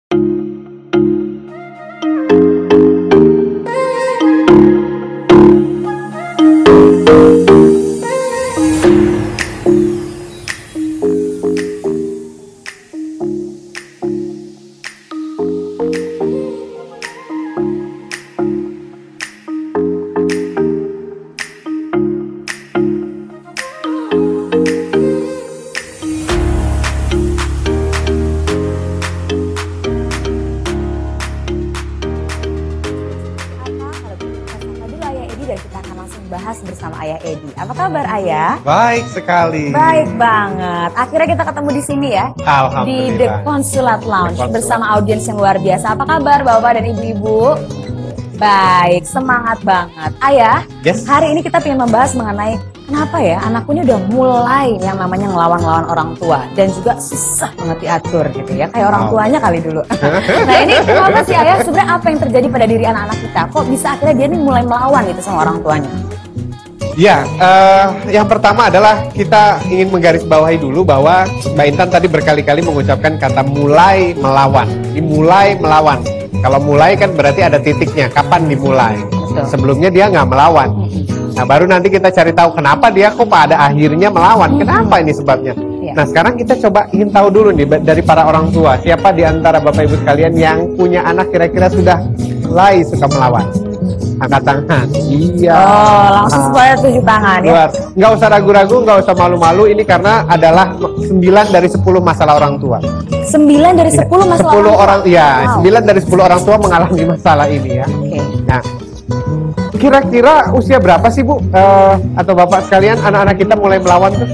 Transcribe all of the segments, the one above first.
Bahas bersama Ayah Edi. Apa kabar Ayah? Baik sekali. Baik banget. Akhirnya kita ketemu di sini ya. Alhamdulillah. Di The Consulate Lounge bersama audiens yang luar biasa. Apa kabar Bapak dan Ibu-ibu? Baik, semangat banget. Ayah, Yes. hari ini kita ingin membahas mengenai kenapa ya anakku ini udah mulai yang namanya ngelawan-ngelawan orang tua dan juga susah banget diatur gitu ya, kayak orang tuanya kali dulu. Nah ini kenapa sih Ayah? Sebenarnya apa yang terjadi pada diri anak-anak kita? Kok bisa akhirnya dia ini mulai melawan gitu sama orang tuanya? Ya, yang pertama adalah kita ingin menggarisbawahi dulu bahwa Mbak Intan tadi berkali-kali mengucapkan kata mulai melawan. Dimulai melawan. Kalau mulai kan berarti ada titiknya, kapan dimulai. Betul. Sebelumnya dia nggak melawan. Nah baru nanti kita cari tahu kenapa dia kok pada akhirnya melawan. Kenapa ini sebabnya? Ya. Nah sekarang kita coba ingin tahu dulu nih dari para orang tua. Siapa di antara Bapak Ibu sekalian yang punya anak kira-kira sudah mulai suka melawan? Angkat tangan. Iya. Oh, langsung supaya 7 tangan ya. Luar. Nggak usah ragu-ragu, nggak usah malu-malu. Ini karena adalah 9 dari 10 masalah orang tua. 9 dari 10 masalah 10 orang, ya, Wow. 9 dari 10 orang tua mengalami masalah ini ya. Oke. Nah, kira-kira usia berapa sih Bu atau Bapak sekalian anak-anak kita mulai melawan tuh?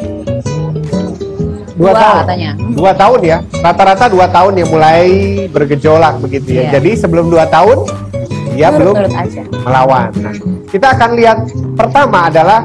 2 tahun. Katanya. 2 tahun ya. Rata-rata 2 tahun ya mulai bergejolak begitu ya. Iya. Jadi sebelum 2 tahun dia belum Nurut aja. melawan. Nah, kita akan lihat pertama adalah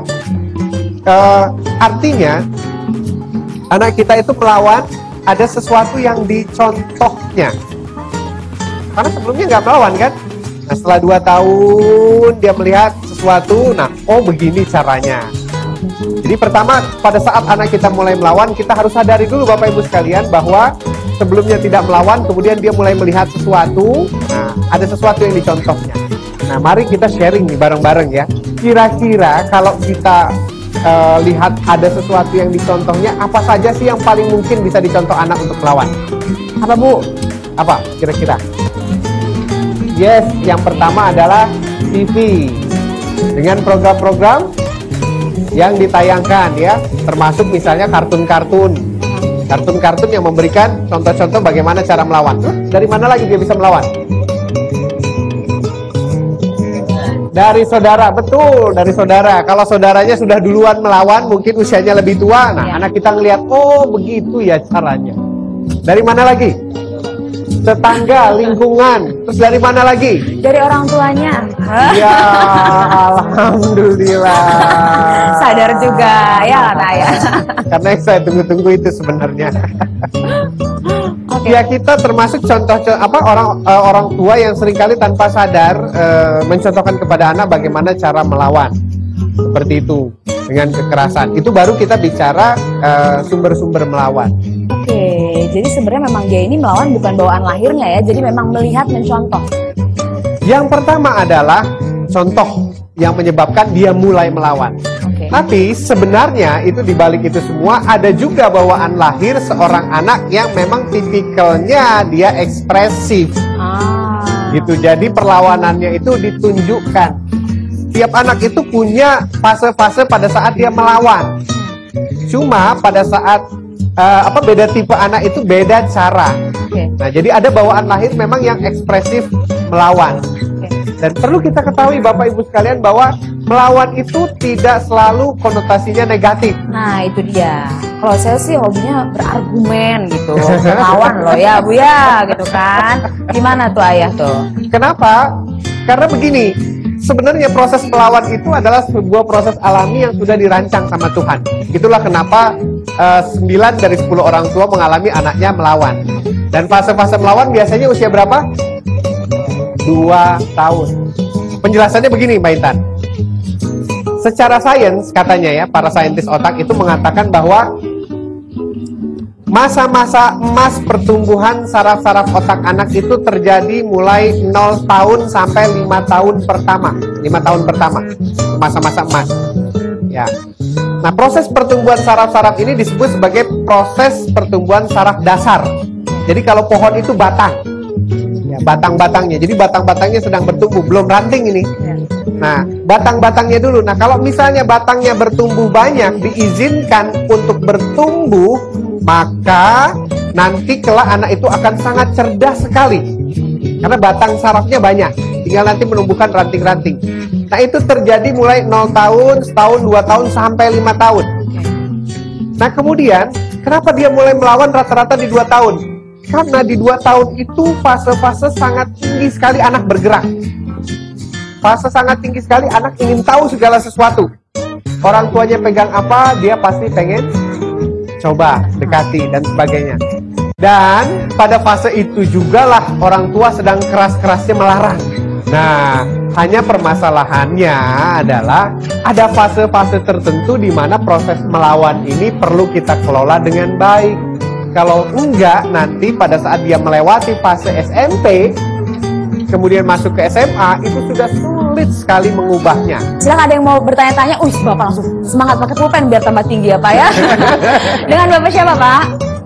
artinya anak kita itu melawan ada sesuatu yang dicontohnya. Karena sebelumnya nggak melawan kan? Nah setelah 2 tahun dia melihat sesuatu, nah oh begini caranya. Jadi pertama pada saat anak kita mulai melawan kita harus sadari dulu Bapak Ibu sekalian bahwa sebelumnya tidak melawan kemudian dia mulai melihat sesuatu, nah ada sesuatu yang dicontohnya. Nah mari kita sharing nih bareng-bareng ya. Kira-kira kalau kita lihat ada sesuatu yang dicontohnya, apa saja sih yang paling mungkin bisa dicontoh anak untuk melawan? Apa Bu? Apa kira-kira? Yes, yang pertama adalah TV dengan program-program yang ditayangkan ya, termasuk misalnya kartun-kartun yang memberikan contoh-contoh bagaimana cara melawan. Dari mana lagi dia bisa melawan? Dari saudara, betul, dari saudara. Kalau saudaranya sudah duluan melawan, mungkin usianya lebih tua. Nah, anak kita ngelihat, oh begitu ya caranya. Dari mana lagi? Tetangga, lingkungan. Terus dari mana lagi? Dari orang tuanya. Ya, alhamdulillah. Sadar juga ya kata Ayah. Karena yang saya tunggu-tunggu itu sebenarnya. Oke. Ya kita termasuk contoh orang tua yang seringkali tanpa sadar mencontohkan kepada anak bagaimana cara melawan seperti itu dengan kekerasan. Itu baru kita bicara sumber-sumber melawan. Oke, jadi sebenarnya memang dia ini melawan bukan bawaan lahirnya ya, jadi memang melihat mencontoh. Yang pertama adalah contoh yang menyebabkan dia mulai melawan. Oke. Tapi sebenarnya itu dibalik itu semua ada juga bawaan lahir seorang anak yang memang tipikalnya dia ekspresif. Gitu. Jadi perlawanannya itu ditunjukkan. Tiap anak itu punya fase-fase pada saat dia melawan. Cuma pada saat beda tipe anak itu beda cara. Oke. Nah, jadi ada bawaan lahir memang yang ekspresif melawan. Dan perlu kita ketahui Bapak Ibu sekalian bahwa melawan itu tidak selalu konotasinya negatif. Nah itu dia. Kalau saya sih hobinya berargumen gitu, melawan loh ya Bu ya, gitu kan. Gimana tuh Ayah tuh? Kenapa? Karena begini, sebenarnya proses melawan itu adalah sebuah proses alami yang sudah dirancang sama Tuhan. Itulah kenapa 9 dari 10 orang tua mengalami anaknya melawan. Dan fase-fase melawan biasanya usia berapa? 2 tahun. Penjelasannya begini Mbak Intan. Secara sains katanya ya, para saintis otak itu mengatakan bahwa Masa-masa emas pertumbuhan saraf-saraf otak anak itu terjadi mulai 0 tahun sampai 5 tahun pertama. 5 tahun pertama, masa-masa emas. Ya. Nah, proses pertumbuhan saraf-saraf ini disebut sebagai proses pertumbuhan saraf dasar. Jadi kalau pohon itu batang, ya, batang-batangnya. Jadi batang-batangnya sedang bertumbuh, belum ranting ini. Nah, batang-batangnya dulu. Nah, kalau misalnya batangnya bertumbuh banyak, diizinkan untuk bertumbuh, maka nanti kelak anak itu akan sangat cerdas sekali. Karena batang sarafnya banyak, tinggal nanti menumbuhkan ranting-ranting. Nah, itu terjadi mulai 0 tahun, setahun, 2 tahun, sampai 5 tahun. Nah, kemudian, kenapa dia mulai melawan rata-rata di 2 tahun? Karena di 2 tahun itu fase-fase sangat tinggi sekali anak bergerak. Fase sangat tinggi sekali anak ingin tahu segala sesuatu. Orang tuanya pegang apa, dia pasti pengen coba, dekati, dan sebagainya. Dan pada fase itu jugalah orang tua sedang keras-kerasnya melarang. Nah, hanya permasalahannya adalah ada fase-fase tertentu di mana proses melawan ini perlu kita kelola dengan baik. Kalau enggak, nanti pada saat dia melewati fase SMP, kemudian masuk ke SMA, itu sudah sulit sekali mengubahnya. Silakan ada yang mau bertanya-tanya, Bapak langsung semangat pakai pulpen biar tambah tinggi ya Pak ya. Dengan Bapak siapa Pak?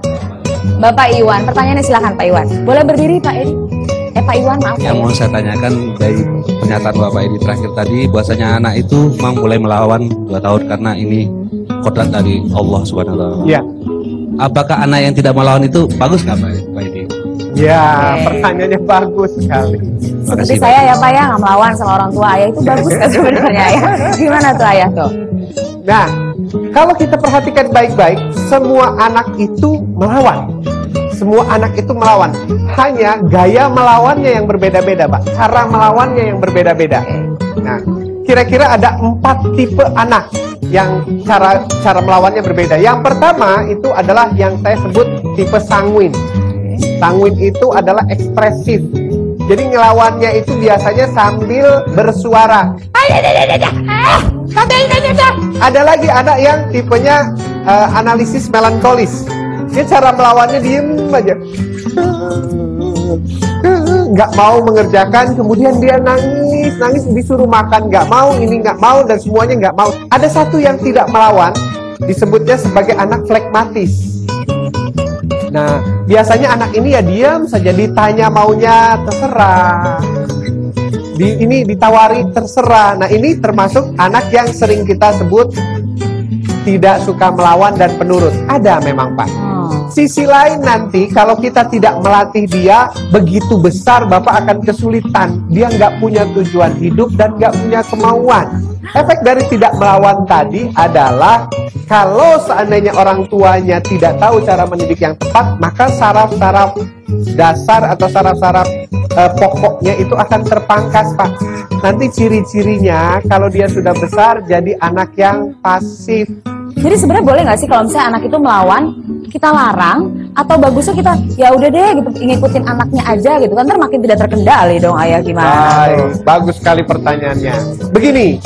Bapak Iwan, pertanyaannya silakan Pak Iwan. Boleh berdiri Pak Edi? Pak Iwan, maaf Yang mau saya tanyakan dari pernyataan Bapak Edi terakhir tadi, bahwasanya anak itu memang boleh melawan 2 tahun karena ini kodrat dari Allah Subhanahu wa Ta'ala. Ya. Apakah anak yang tidak melawan itu bagus nggak Pak Edi? Ya, pertanyaannya bagus sekali. Seperti saya ya Pak ya, nggak melawan sama orang tua ayah itu bagus kan sebenarnya ya. Gimana tuh ayah tuh? Nah, kalau kita perhatikan baik-baik, semua anak itu melawan. Semua anak itu melawan. Hanya gaya melawannya yang berbeda-beda, Pak. Cara melawannya yang berbeda-beda. Nah, kira-kira ada 4 tipe anak yang cara melawannya berbeda. Yang pertama itu adalah yang saya sebut tipe sanguin. Sanguin itu adalah ekspresif. Jadi ngelawannya itu biasanya sambil bersuara. Ada lagi anak yang tipenya analisis melankolis. Dia cara melawannya diem aja, nggak mau mengerjakan, kemudian dia nangis disuruh makan, nggak mau, ini nggak mau, dan semuanya nggak mau. Ada satu yang tidak melawan, disebutnya sebagai anak flegmatis. Nah, biasanya anak ini ya diam saja, ditanya maunya terserah, ini ditawari terserah. Nah, ini termasuk anak yang sering kita sebut tidak suka melawan dan penurut. Ada memang Pak. Sisi lain nanti kalau kita tidak melatih dia, begitu besar Bapak akan kesulitan. Dia nggak punya tujuan hidup dan nggak punya kemauan. Efek dari tidak melawan tadi adalah kalau seandainya orang tuanya tidak tahu cara mendidik yang tepat, maka saraf-saraf dasar atau saraf-saraf pokoknya itu akan terpangkas Pak. Nanti ciri-cirinya kalau dia sudah besar jadi anak yang pasif. Jadi sebenarnya boleh nggak sih kalau misalnya anak itu melawan, kita larang, atau bagusnya kita ya udah deh gitu ngikutin anaknya aja gitu kan, ntar makin tidak terkendali dong ayah, gimana? Bagus sekali pertanyaannya. Begini,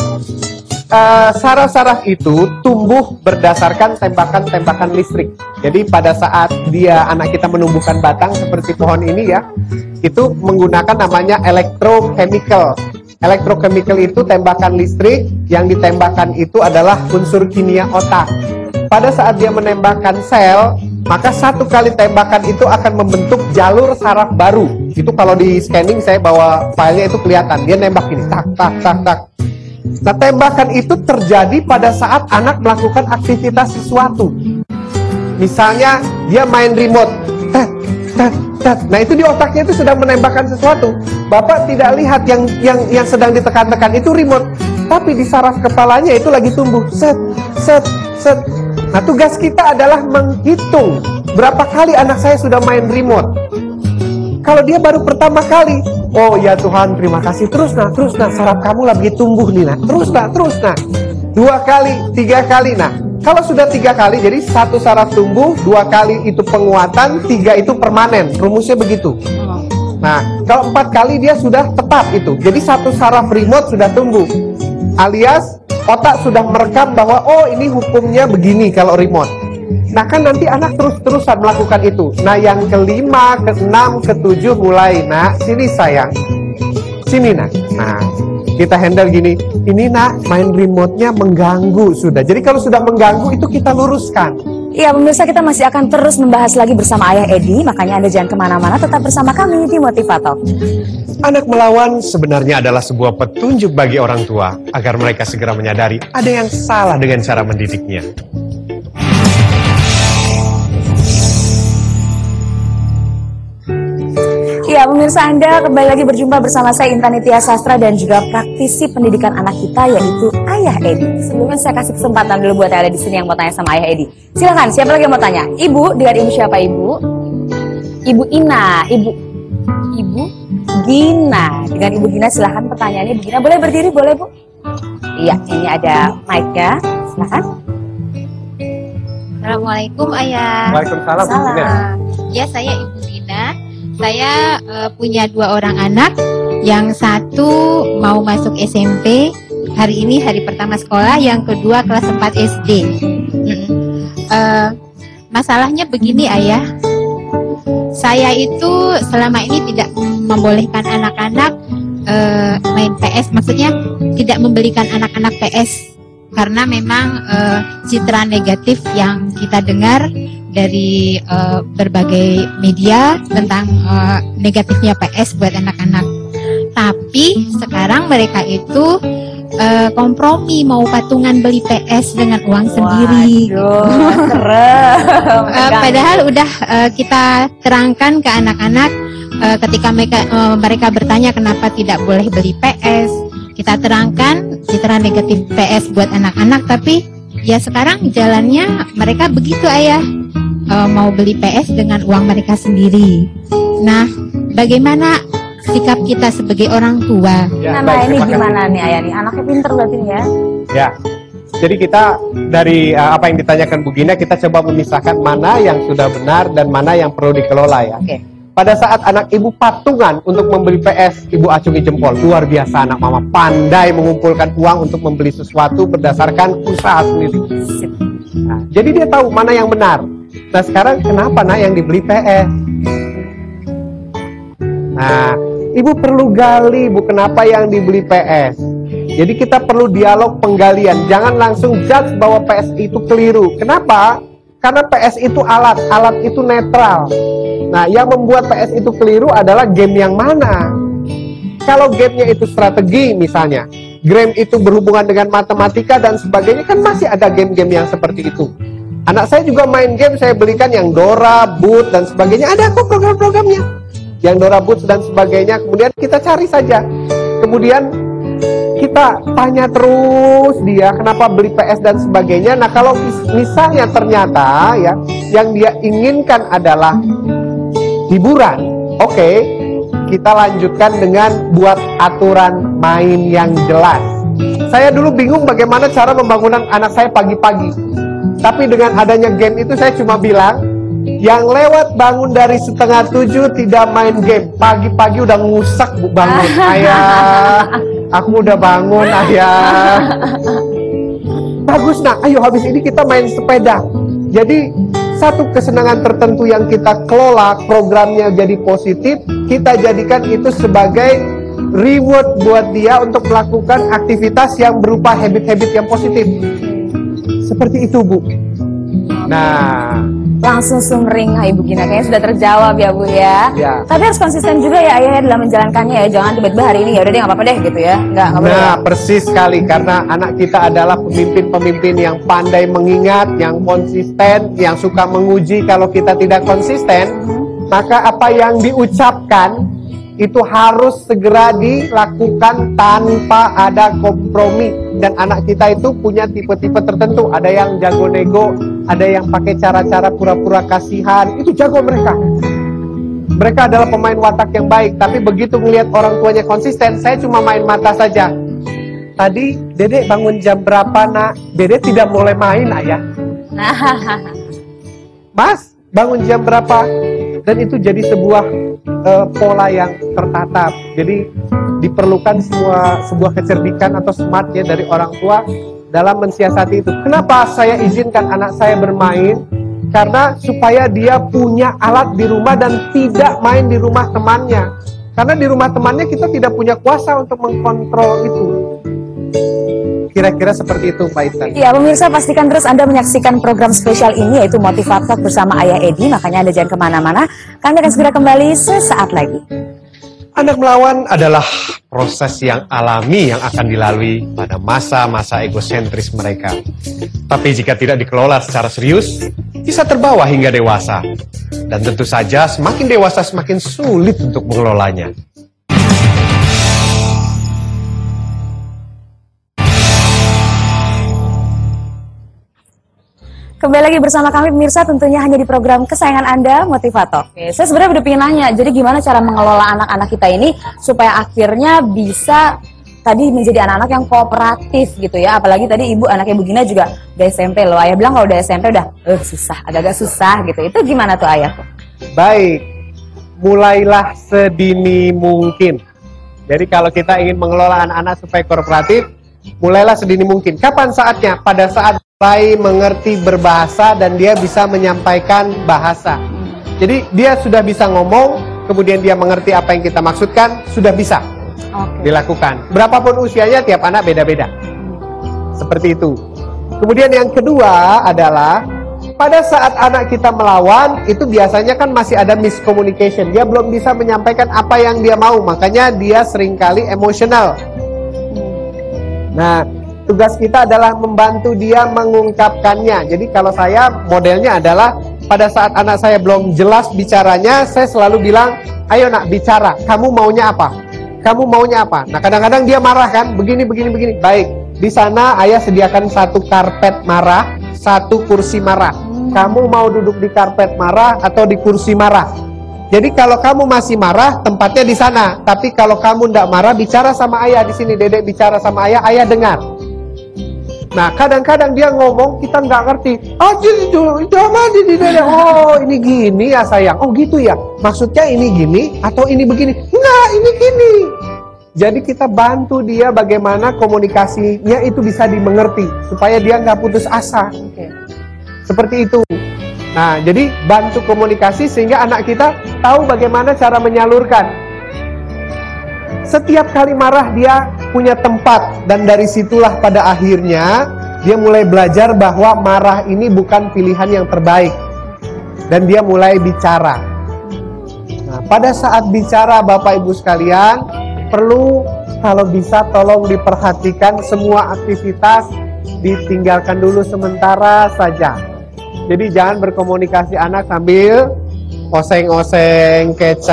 saraf-saraf itu tumbuh berdasarkan tembakan-tembakan listrik. Jadi pada saat anak kita menumbuhkan batang seperti pohon ini ya, itu menggunakan namanya electrochemical. Electrochemical itu tembakan listrik, yang ditembakkan itu adalah unsur kimia otak. Pada saat dia menembakkan sel, maka satu kali tembakan itu akan membentuk jalur saraf baru. Itu kalau di scanning saya bawa filenya itu kelihatan, dia nembak ini, tak, tak, tak, tak. Nah, tembakan itu terjadi pada saat anak melakukan aktivitas sesuatu. Misalnya dia main remote, nah itu di otaknya itu sedang menembakkan sesuatu. Bapak tidak lihat yang sedang ditekan-tekan itu remote, tapi di saraf kepalanya itu lagi tumbuh. Set, set, set. Nah, tugas kita adalah menghitung berapa kali anak saya sudah main remote. Kalau dia baru pertama kali, oh ya Tuhan terima kasih, terus nah saraf kamu lagi tumbuh nih, nah terus nah 2 kali, 3 kali. Nah, kalau sudah 3 kali, jadi 1 saraf tumbuh, 2 kali itu penguatan, 3 itu permanen. Rumusnya begitu. Nah, kalau 4 kali dia sudah tetap itu. Jadi 1 saraf remote sudah tumbuh. Alias otak sudah merekam bahwa oh ini hukumnya begini kalau remote. Nah kan nanti anak terus-terusan melakukan itu. Nah yang kelima, keenam, ketujuh mulai, nak sini sayang, sini nak. Nah kita handle gini, ini nak main remote-nya mengganggu sudah. Jadi kalau sudah mengganggu itu kita luruskan. Iya pemirsa, kita masih akan terus membahas lagi bersama Ayah Edi. Makanya Anda jangan kemana-mana, tetap bersama kami di Motivator. Anak melawan sebenarnya adalah sebuah petunjuk bagi orang tua agar mereka segera menyadari ada yang salah dengan cara mendidiknya. Ya pemirsa, Anda kembali lagi berjumpa bersama saya Intan Nitya Sastra dan juga praktisi pendidikan anak kita yaitu Ayah Edi. Sebelumnya saya kasih kesempatan dulu buat yang ada di sini yang mau tanya sama Ayah Edi. Silakan, siapa lagi yang mau tanya? Ibu, dengan ibu siapa ibu? Ibu Ina, ibu Gina. Dengan ibu Gina silakan pertanyaannya. Ibu Gina boleh berdiri, boleh Bu? Iya, ini ada mic-nya. Silakan. Assalamualaikum Ayah. Waalaikumsalam. Bu Gina. Ya, saya Ibu Gina. Saya punya 2 orang anak. Yang satu mau masuk SMP. Hari ini hari pertama sekolah. Yang kedua kelas 4 SD. Masalahnya begini Ayah. Saya itu selama ini tidak membolehkan anak-anak main PS. Maksudnya tidak membelikan anak-anak PS. Karena memang citra negatif yang kita dengar dari berbagai media tentang negatifnya PS buat anak-anak. Tapi sekarang mereka itu kompromi mau patungan beli PS dengan uang sendiri. Waduh, keren. Padahal udah kita terangkan ke anak-anak ketika mereka bertanya kenapa tidak boleh beli PS. Kita terangkan citra negatif PS buat anak-anak, tapi ya sekarang jalannya mereka begitu Ayah. Mau beli PS dengan uang mereka sendiri. Nah, bagaimana sikap kita sebagai orang tua? Ya, Nah ini terima kasih. gimana nih Ayah nih? Anaknya pinter berarti nih ya? Ya, jadi kita dari apa yang ditanyakan Bu Gina, kita coba memisahkan mana yang sudah benar dan mana yang perlu dikelola ya. Oke. Pada saat anak ibu patungan untuk membeli PS, ibu acungi jempol. Luar biasa anak mama, pandai mengumpulkan uang untuk membeli sesuatu berdasarkan usaha sendiri. Nah, jadi dia tahu mana yang benar. Nah sekarang kenapa nak yang dibeli PS? Nah, ibu perlu gali Bu kenapa yang dibeli PS. Jadi kita perlu dialog penggalian. Jangan langsung judge bahwa PS itu keliru. Kenapa? Karena PS itu alat itu netral. Nah, yang membuat PS itu keliru adalah game yang mana. Kalau gamenya itu strategi misalnya, game itu berhubungan dengan matematika dan sebagainya, kan masih ada game-game yang seperti itu. Anak saya juga main game, saya belikan yang Dora, Boot, dan sebagainya. Ada kok program-programnya. Yang Dora, Boot, dan sebagainya. Kemudian kita cari saja. Kemudian kita tanya terus dia kenapa beli PS dan sebagainya. Nah kalau misalnya ternyata ya yang dia inginkan adalah hiburan, oke, kita lanjutkan dengan buat aturan main yang jelas. Saya dulu bingung bagaimana cara pembangunan anak saya pagi-pagi. Tapi dengan adanya game itu saya cuma bilang, yang lewat bangun dari 6:30 tidak main game. Pagi-pagi udah ngusak Bu bangun. Ayah, aku udah bangun ayah. Bagus nak, ayo habis ini kita main sepeda. Jadi satu kesenangan tertentu yang kita kelola, programnya jadi positif, kita jadikan itu sebagai reward buat dia untuk melakukan aktivitas yang berupa habit-habit yang positif. Seperti itu Bu. Nah, Langsung sumring Ibu Gina, kayaknya sudah terjawab ya Bu ya. ya. Tapi harus konsisten juga ya Ayah dalam menjalankannya ya. Jangan tiba-tiba hari ini ya udah deh nggak apa-apa deh gitu ya. Nggak boleh. Nah, Ya? persis sekali karena anak kita adalah pemimpin-pemimpin yang pandai mengingat, yang konsisten, yang suka menguji. Kalau kita tidak konsisten, maka apa yang diucapkan itu harus segera dilakukan tanpa ada kompromi. Dan anak kita itu punya tipe-tipe tertentu. Ada yang jago nego, ada yang pakai cara-cara pura-pura kasihan. Itu jago mereka. Mereka adalah pemain watak yang baik. Tapi begitu melihat orang tuanya konsisten, saya cuma main mata saja. Tadi Dedek bangun jam berapa nak? Dedek tidak boleh main ayah. Mas, bangun jam berapa? Dan itu jadi sebuah pola yang tertata. Jadi diperlukan sebuah kecerdikan atau smartnya dari orang tua dalam mensiasati itu. Kenapa saya izinkan anak saya bermain Karena supaya dia punya alat di rumah dan tidak main di rumah temannya. Karena di rumah temannya kita tidak punya kuasa untuk mengkontrol itu. Kira-kira seperti itu Pak Intan. Ya, pemirsa pastikan terus Anda menyaksikan program spesial ini yaitu Motivator bersama Ayah Edi. Makanya Anda jangan kemana-mana. Kami akan segera kembali sesaat lagi. Anak melawan adalah proses yang alami yang akan dilalui pada masa-masa egosentris mereka. Tapi jika tidak dikelola secara serius, bisa terbawa hingga dewasa. Dan tentu saja semakin dewasa semakin sulit untuk mengelolanya. Kembali lagi bersama kami pemirsa tentunya hanya di program kesayangan Anda, Motivator. Oke, saya sebenarnya udah pengen nanya, jadi gimana cara mengelola anak-anak kita ini supaya akhirnya bisa tadi menjadi anak-anak yang kooperatif gitu ya. Apalagi tadi ibu anaknya Bu Gina juga udah SMP loh. Ayah bilang kalau udah SMP udah susah, agak-agak susah gitu. Itu gimana tuh Ayah? Baik, mulailah sedini mungkin. Jadi kalau kita ingin mengelola anak-anak supaya kooperatif, mulailah sedini mungkin. Kapan saatnya? Pada saat mulai mengerti berbahasa dan dia bisa menyampaikan bahasa. Jadi dia sudah bisa ngomong, kemudian dia mengerti apa yang kita maksudkan, sudah bisa dilakukan. Berapapun usianya, tiap anak beda-beda. Seperti itu. Kemudian yang kedua adalah pada saat anak kita melawan, itu biasanya kan masih ada miscommunication. Dia belum bisa menyampaikan apa yang dia mau, makanya dia seringkali emosional. Nah, tugas kita adalah membantu dia mengungkapkannya. Jadi kalau saya modelnya adalah pada saat anak saya belum jelas bicaranya, saya selalu bilang, ayo nak bicara, kamu maunya apa? Kamu maunya apa? Nah kadang-kadang dia marah kan, begini. Baik, di sana ayah sediakan satu karpet marah, satu kursi marah. Kamu mau duduk di karpet marah atau di kursi marah? Jadi kalau kamu masih marah, tempatnya di sana. Tapi kalau kamu tidak marah, bicara sama ayah di sini. Dedek bicara sama ayah dengar. Nah kadang-kadang dia ngomong kita nggak ngerti. Oh ini gini ya sayang. Oh gitu ya. Maksudnya ini gini atau ini begini? Enggak, ini gini. Jadi kita bantu dia bagaimana komunikasinya itu bisa dimengerti supaya dia nggak putus asa. Seperti itu. Nah jadi bantu komunikasi sehingga anak kita tahu bagaimana cara menyalurkan. Setiap kali marah dia punya tempat dan dari situlah pada akhirnya dia mulai belajar bahwa marah ini bukan pilihan yang terbaik dan dia mulai bicara. Nah, pada saat bicara Bapak Ibu sekalian perlu kalau bisa tolong diperhatikan semua aktivitas ditinggalkan dulu sementara saja. Jadi jangan berkomunikasi anak sambil oseng-oseng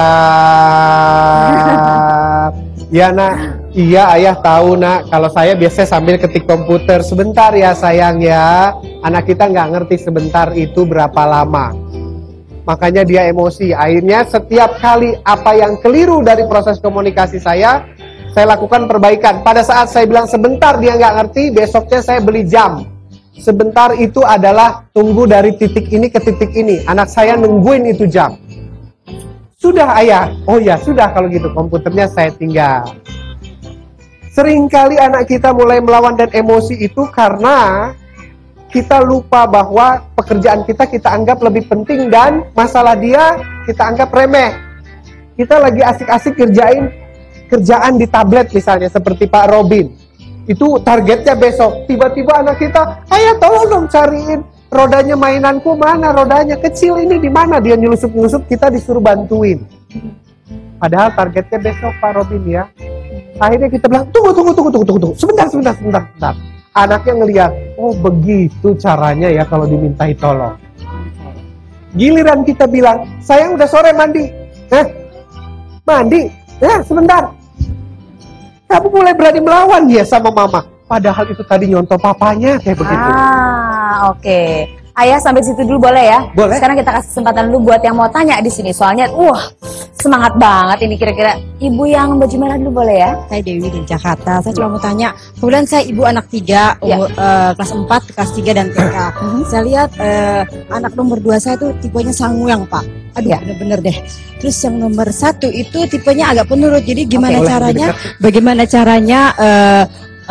kecap. Ya nak, iya ayah tahu nak, kalau saya biasanya sambil ketik komputer. Sebentar ya sayang ya. Anak kita nggak ngerti sebentar itu berapa lama. Makanya dia emosi. Akhirnya setiap kali apa yang keliru dari proses komunikasi saya lakukan perbaikan. Pada saat saya bilang sebentar dia nggak ngerti, besoknya saya beli jam. Sebentar itu adalah tunggu dari titik ini ke titik ini. Anak saya nungguin itu jam. Sudah ayah, oh ya sudah kalau gitu komputernya saya tinggal. Seringkali anak kita mulai melawan dan emosi itu karena kita lupa bahwa pekerjaan kita anggap lebih penting dan masalah dia kita anggap remeh. Kita lagi asik-asik kerjaan di tablet misalnya seperti Pak Robin. Itu targetnya besok. Tiba-tiba anak kita, ayah tolong dong cariin rodanya mainanku mana, rodanya kecil ini di mana, dia nyelusup-nyelusup, kita disuruh bantuin. Padahal targetnya besok Pak Robin ya. Akhirnya kita bilang, tunggu, sebentar. Anaknya ngelihat, oh begitu caranya ya kalau dimintai tolong. Giliran kita bilang, sayang udah sore mandi. Mandi? Ya sebentar. Kamu mulai berani melawan ya sama mama. Padahal itu tadi nyontoh papanya kayak begitu. Oke. Ayah sampai situ dulu boleh ya? Boleh. Sekarang kita kasih kesempatan dulu buat yang mau tanya di sini. Soalnya, semangat banget ini kira-kira. Ibu yang baju merah dulu boleh ya? Saya Dewi di Jakarta. Saya cuma mau tanya. Kemudian saya ibu anak 3, kelas 4, kelas 3 dan TK. Saya lihat anak nomor 2 saya tuh tipenya sanguyang Pak. Aduh, bener-bener deh. Terus yang nomor 1 itu tipenya agak penurut. Jadi gimana caranya? Bagaimana caranya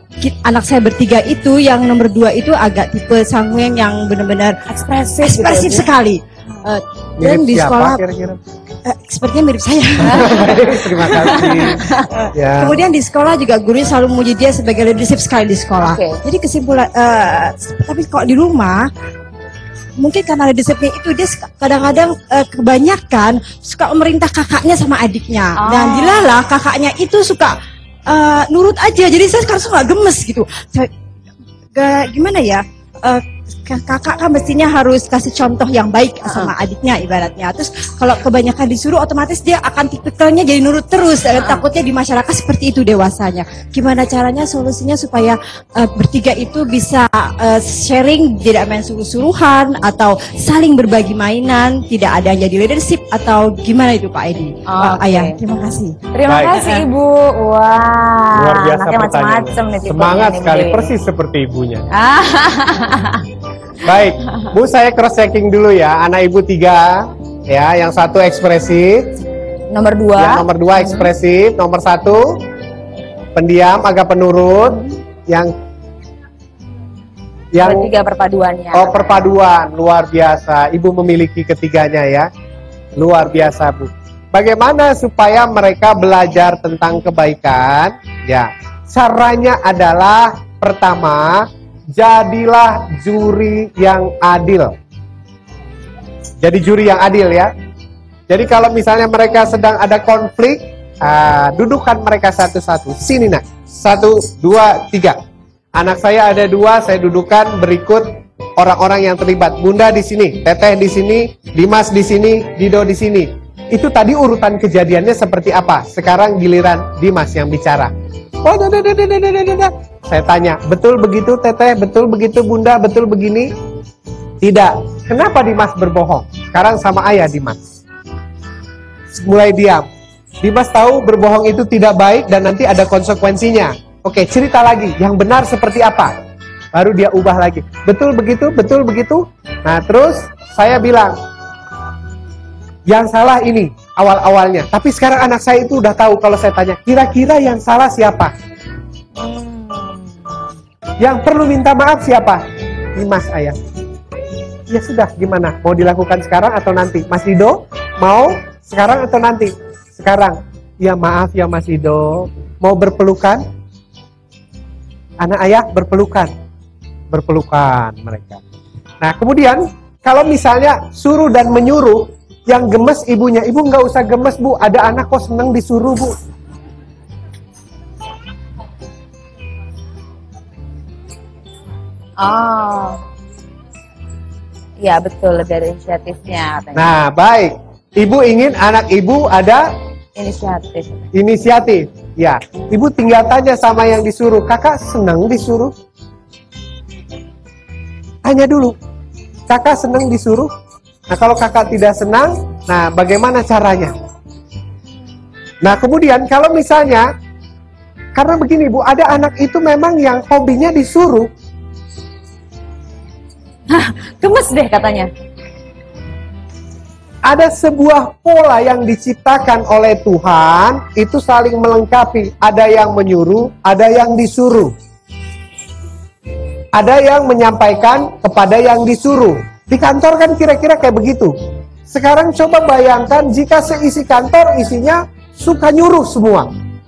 anak saya bertiga itu yang nomor 2 itu agak tipe sangueng yang benar-benar Ekspresif ekspresif gitu ya, Bu? sekali. Dan Mirip di siapa sekolah kira-kira? sepertinya mirip saya. Terima kasih. Ya. Kemudian di sekolah juga gurunya selalu memuji dia sebagai leadership sekali di sekolah. Oke. Jadi kesimpulan, tapi kalau di rumah mungkin karena leadershipnya itu dia kadang-kadang kebanyakan suka memerintah kakaknya sama adiknya. Oh. Dan dilalah kakaknya itu suka nurut aja. Jadi saya sekarang suka gemes gitu. Gimana ya? Kakak kan mestinya harus kasih contoh yang baik sama adiknya ibaratnya. Terus kalau kebanyakan disuruh otomatis dia akan tipikalnya jadi nurut terus. Takutnya di masyarakat seperti itu dewasanya. Gimana caranya solusinya supaya bertiga itu bisa sharing, tidak main suruh-suruhan atau saling berbagi mainan, tidak ada yang jadi leadership atau gimana itu Pak Edi? Oke. Ayah, terima kasih. Terima Baik. kasih Ibu. Wah, Luar biasa anaknya macam-macam pertanyaannya. nih tipenya Semangat nih, sekali, Budi. persis seperti ibunya. Ah, Baik, Bu, saya cross checking dulu ya. Anak ibu 3, ya, yang satu ekspresif, nomor 2. yang nomor 2 ekspresif, nomor 1 pendiam, agak penurut, yang Tiga perpaduannya. oh perpaduan luar biasa. Ibu memiliki ketiganya ya, luar biasa Bu. Bagaimana supaya mereka belajar tentang kebaikan? Ya, caranya adalah pertama, jadilah juri yang adil. Jadi juri yang adil ya. Jadi kalau misalnya mereka sedang ada konflik, dudukkan mereka satu-satu. Sini nak, 1, 2, 3. Anak saya ada 2, saya dudukkan berikut orang-orang yang terlibat. Bunda di sini, Teteh di sini, Dimas di sini, Dido di sini. Itu tadi urutan kejadiannya seperti apa? Sekarang giliran Dimas yang bicara. Oh, saya tanya, betul begitu Teteh, betul begitu Bunda, betul begini? Tidak. Kenapa Dimas berbohong? Sekarang sama ayah Dimas. Mulai diam. Dimas tahu berbohong itu tidak baik dan nanti ada konsekuensinya. Oke, cerita lagi, yang benar seperti apa? Baru dia ubah lagi. Betul begitu, betul begitu. Nah terus saya bilang, yang salah ini awal-awalnya. Tapi sekarang anak saya itu udah tahu kalau saya tanya, kira-kira yang salah siapa? Yang perlu minta maaf siapa? Dimas, ayah. Ya sudah, gimana? Mau dilakukan sekarang atau nanti? Mas Dido, mau sekarang atau nanti? Sekarang. Ya maaf ya Mas Dido. Mau berpelukan? Anak ayah berpelukan. Berpelukan mereka. Nah kemudian, kalau misalnya suruh dan menyuruh, yang gemes ibunya, ibu nggak usah gemes Bu, ada anak kok seneng disuruh Bu. Oh. Ya betul, lebih ada inisiatifnya katanya. Nah baik, ibu ingin anak ibu ada Inisiatif. inisiatif. Ya, ibu tinggal tanya sama yang disuruh, kakak seneng disuruh? Tanya dulu, kakak seneng disuruh? Nah kalau kakak tidak senang, nah bagaimana caranya? Nah kemudian kalau misalnya, karena begini Bu, ada anak itu memang yang hobinya disuruh. Gemes deh katanya. Ada sebuah pola yang diciptakan oleh Tuhan, itu saling melengkapi. Ada yang menyuruh, ada yang disuruh. Ada yang menyampaikan kepada yang disuruh. Di kantor kan kira-kira kayak begitu. Sekarang coba bayangkan jika seisi kantor isinya suka nyuruh semua.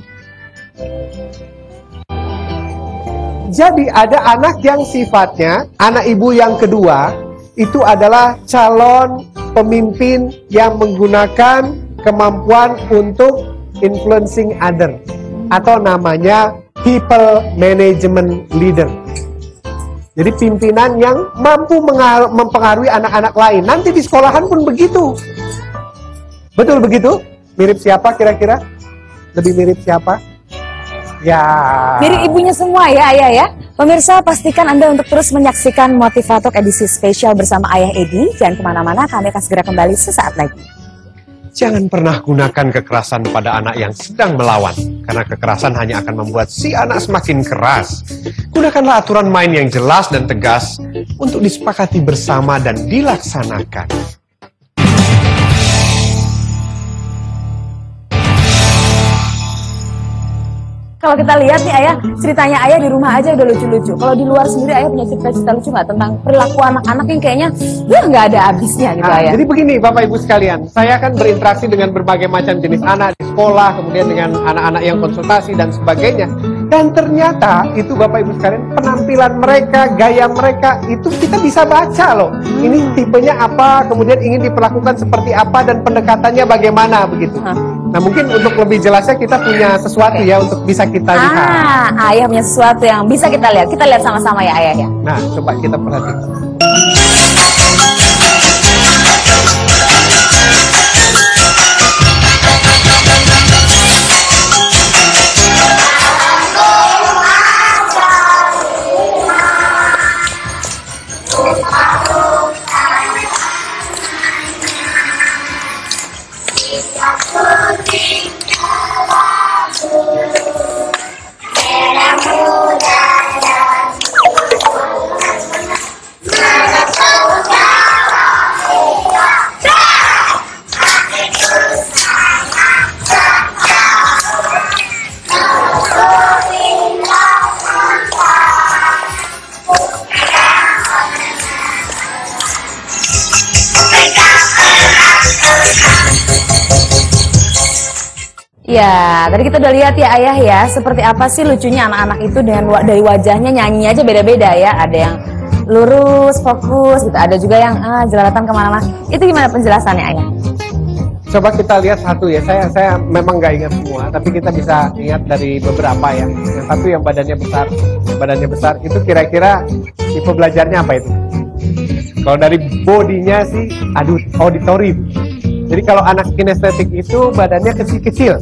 Jadi ada anak yang sifatnya, anak ibu yang kedua, itu adalah calon pemimpin yang menggunakan kemampuan untuk influencing other. Atau namanya people management leader. Jadi pimpinan yang mampu mempengaruhi anak-anak lain. Nanti di sekolahan pun begitu. Betul begitu? Mirip siapa kira-kira? Lebih mirip siapa? Ya. Mirip ibunya semua ya Ayah ya. Pemirsa pastikan Anda untuk terus menyaksikan Motivatalk edisi spesial bersama Ayah Edi. Jangan kemana-mana, kami akan segera kembali sesaat lagi. Jangan pernah gunakan kekerasan pada anak yang sedang melawan. Karena kekerasan hanya akan membuat si anak semakin keras. Gunakanlah aturan main yang jelas dan tegas untuk disepakati bersama dan dilaksanakan. Kalau kita lihat nih ayah, ceritanya ayah di rumah aja udah lucu-lucu. Kalau di luar sendiri ayah punya cerita-cerita lucu nggak tentang perilaku anak-anak yang kayaknya nggak ada habisnya gitu ayah. Jadi begini Bapak Ibu sekalian, saya kan berinteraksi dengan berbagai macam jenis anak di sekolah, kemudian dengan anak-anak yang konsultasi dan sebagainya. Dan ternyata itu Bapak Ibu sekalian, penampilan mereka, gaya mereka itu kita bisa baca loh. Ini tipenya apa, kemudian ingin diperlakukan seperti apa dan pendekatannya bagaimana begitu. Nah mungkin untuk lebih jelasnya kita punya sesuatu ya untuk bisa kita lihat. Ayah punya sesuatu yang bisa kita lihat. Kita lihat sama-sama ya ayah ya. Nah coba kita perhatikan. Ya, tadi kita udah lihat ya ayah ya, seperti apa sih lucunya anak-anak itu dengan dari wajahnya nyanyi aja beda-beda ya. Ada yang lurus, fokus gitu, ada juga yang jelalatan kemana-mana. Itu gimana penjelasannya ayah? Coba kita lihat satu ya, saya memang nggak ingat semua, tapi kita bisa ingat dari beberapa ya. Yang satu yang badannya besar itu kira-kira tipe belajarnya apa itu? Kalau dari bodinya sih, auditory. Jadi kalau anak kinestetik itu badannya kecil-kecil.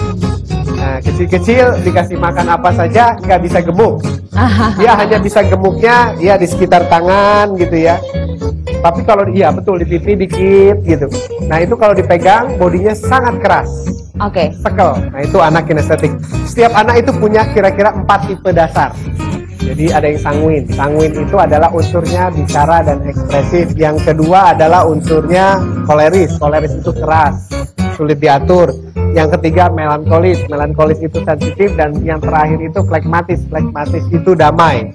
Nah, kecil-kecil dikasih makan apa saja nggak bisa gemuk. Dia hanya bisa gemuknya ya di sekitar tangan gitu ya. Tapi kalau betul di pipi dikit gitu. Nah itu kalau dipegang bodinya sangat keras. Oke. Sekel. Nah itu anak kinestetik. Setiap anak itu punya kira-kira 4 tipe dasar. Jadi ada yang sanguin. Sanguin itu adalah unsurnya bicara dan ekspresif. Yang kedua adalah unsurnya koleris. Koleris itu keras, sulit diatur. Yang ketiga melankolis. Melankolis itu sensitif. Dan yang terakhir itu flegmatis. Flegmatis itu damai.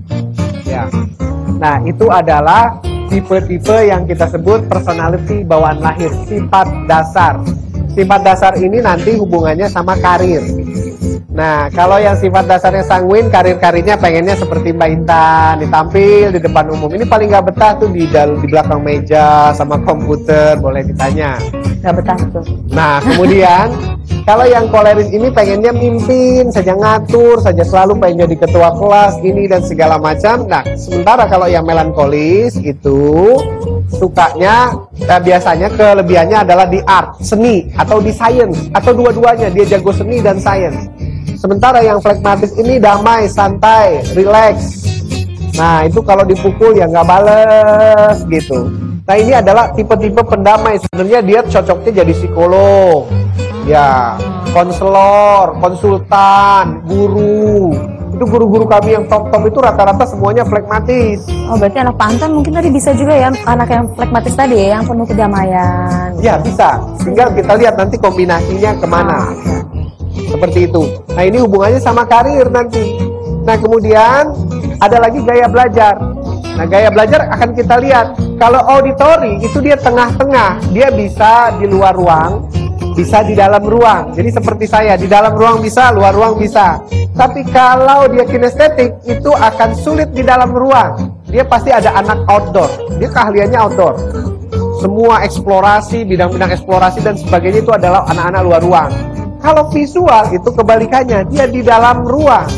Ya. Nah itu adalah tipe-tipe yang kita sebut personality bawaan lahir. Sifat dasar. Sifat dasar ini nanti hubungannya sama karir. Nah, kalau yang sifat dasarnya sanguin, karir-karirnya pengennya seperti Mbak Intan, ditampil di depan umum. Ini paling gak betah tuh di belakang meja sama komputer, boleh ditanya. Gak betah tuh. Nah, kemudian kalau yang koleris ini pengennya mimpin saja, ngatur saja, selalu pengen jadi ketua kelas, ini dan segala macam. Nah, sementara kalau yang melankolis itu sukanya, biasanya kelebihannya adalah di art, seni, atau di science, atau dua-duanya, dia jago seni dan science. Sementara yang flegmatis ini damai, santai, relax. Nah itu kalau dipukul ya nggak bales gitu. Nah ini adalah tipe-tipe pendamai. Sebenarnya dia cocoknya jadi psikolog, ya, konselor, konsultan, guru. Itu guru-guru kami yang top-top itu rata-rata semuanya flegmatis. Oh berarti anak Pantan mungkin tadi bisa juga ya, anak yang flegmatis tadi ya, yang penuh kedamaian. Ya bisa. Tinggal kita lihat nanti kombinasinya kemana. Seperti itu. Nah ini hubungannya sama karir nanti. Nah kemudian ada lagi gaya belajar. Nah gaya belajar akan kita lihat. Kalau auditory itu dia tengah-tengah. Dia bisa di luar ruang, bisa di dalam ruang. Jadi seperti saya, di dalam ruang bisa, luar ruang bisa. Tapi kalau dia kinestetik itu akan sulit di dalam ruang. Dia pasti ada anak outdoor. Dia keahliannya outdoor. Semua eksplorasi, bidang-bidang eksplorasi dan sebagainya itu adalah anak-anak luar ruang. Kalau visual itu kebalikannya, dia di dalam ruang.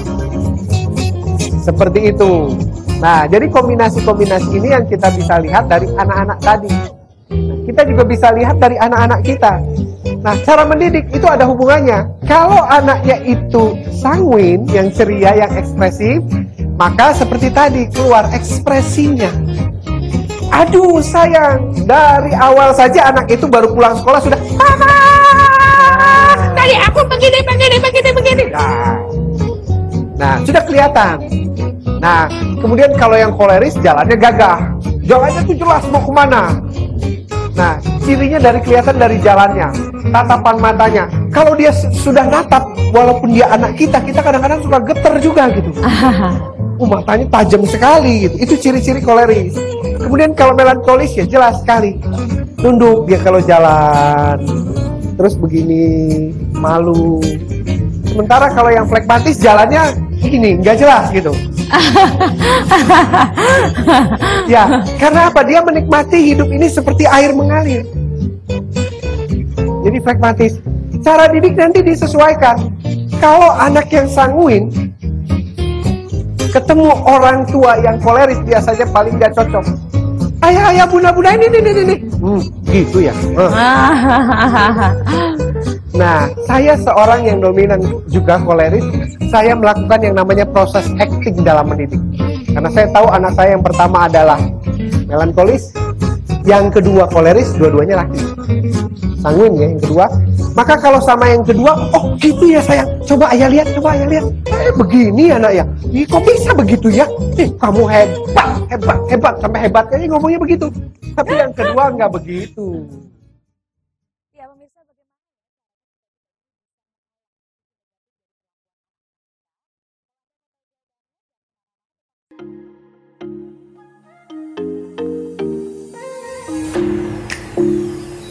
Seperti itu. Nah, jadi kombinasi-kombinasi ini yang kita bisa lihat dari anak-anak tadi. Nah, kita juga bisa lihat dari anak-anak kita. Nah, cara mendidik itu ada hubungannya. Kalau anaknya itu sanguin, yang ceria, yang ekspresif, maka seperti tadi keluar ekspresinya. Aduh sayang, dari awal saja anak itu baru pulang sekolah sudah Mama, tadi aku begini. Nah, sudah kelihatan. Nah, kemudian kalau yang koleris jalannya gagah. Jalannya tuh jelas mau kemana. Nah, cirinya kelihatan dari jalannya, tatapan matanya. kalau dia sudah natap, walaupun dia anak kita kadang-kadang suka geter juga gitu. Matanya tajam sekali gitu. Itu ciri-ciri koleris. Kemudian kalau melankolis ya jelas sekali. Nunduk dia kalau jalan. Terus begini, malu. Sementara kalau yang flekmatis jalannya ini nggak jelas gitu. Ya, karena apa? Dia menikmati hidup ini seperti air mengalir. Jadi flekmatis. Cara didik nanti disesuaikan. Kalau anak yang sanguin ketemu orang tua yang koleris biasanya paling gak cocok. Ayah, bunda, ini. Gitu ya. Nah, saya seorang yang dominan juga koleris. Saya melakukan yang namanya proses acting dalam mendidik. Karena saya tahu anak saya yang pertama adalah melankolis, yang kedua koleris, dua-duanya laki. Sanguin ya yang kedua. Maka kalau sama yang kedua, oh gitu ya sayang. Coba ayah lihat. Begini anak ya. Kok bisa begitu ya? Kamu hebat. Sampai hebatnya ngomongnya begitu. Tapi yang kedua nggak begitu. Ya, pemirsa,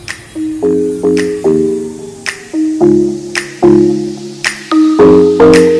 bagaimana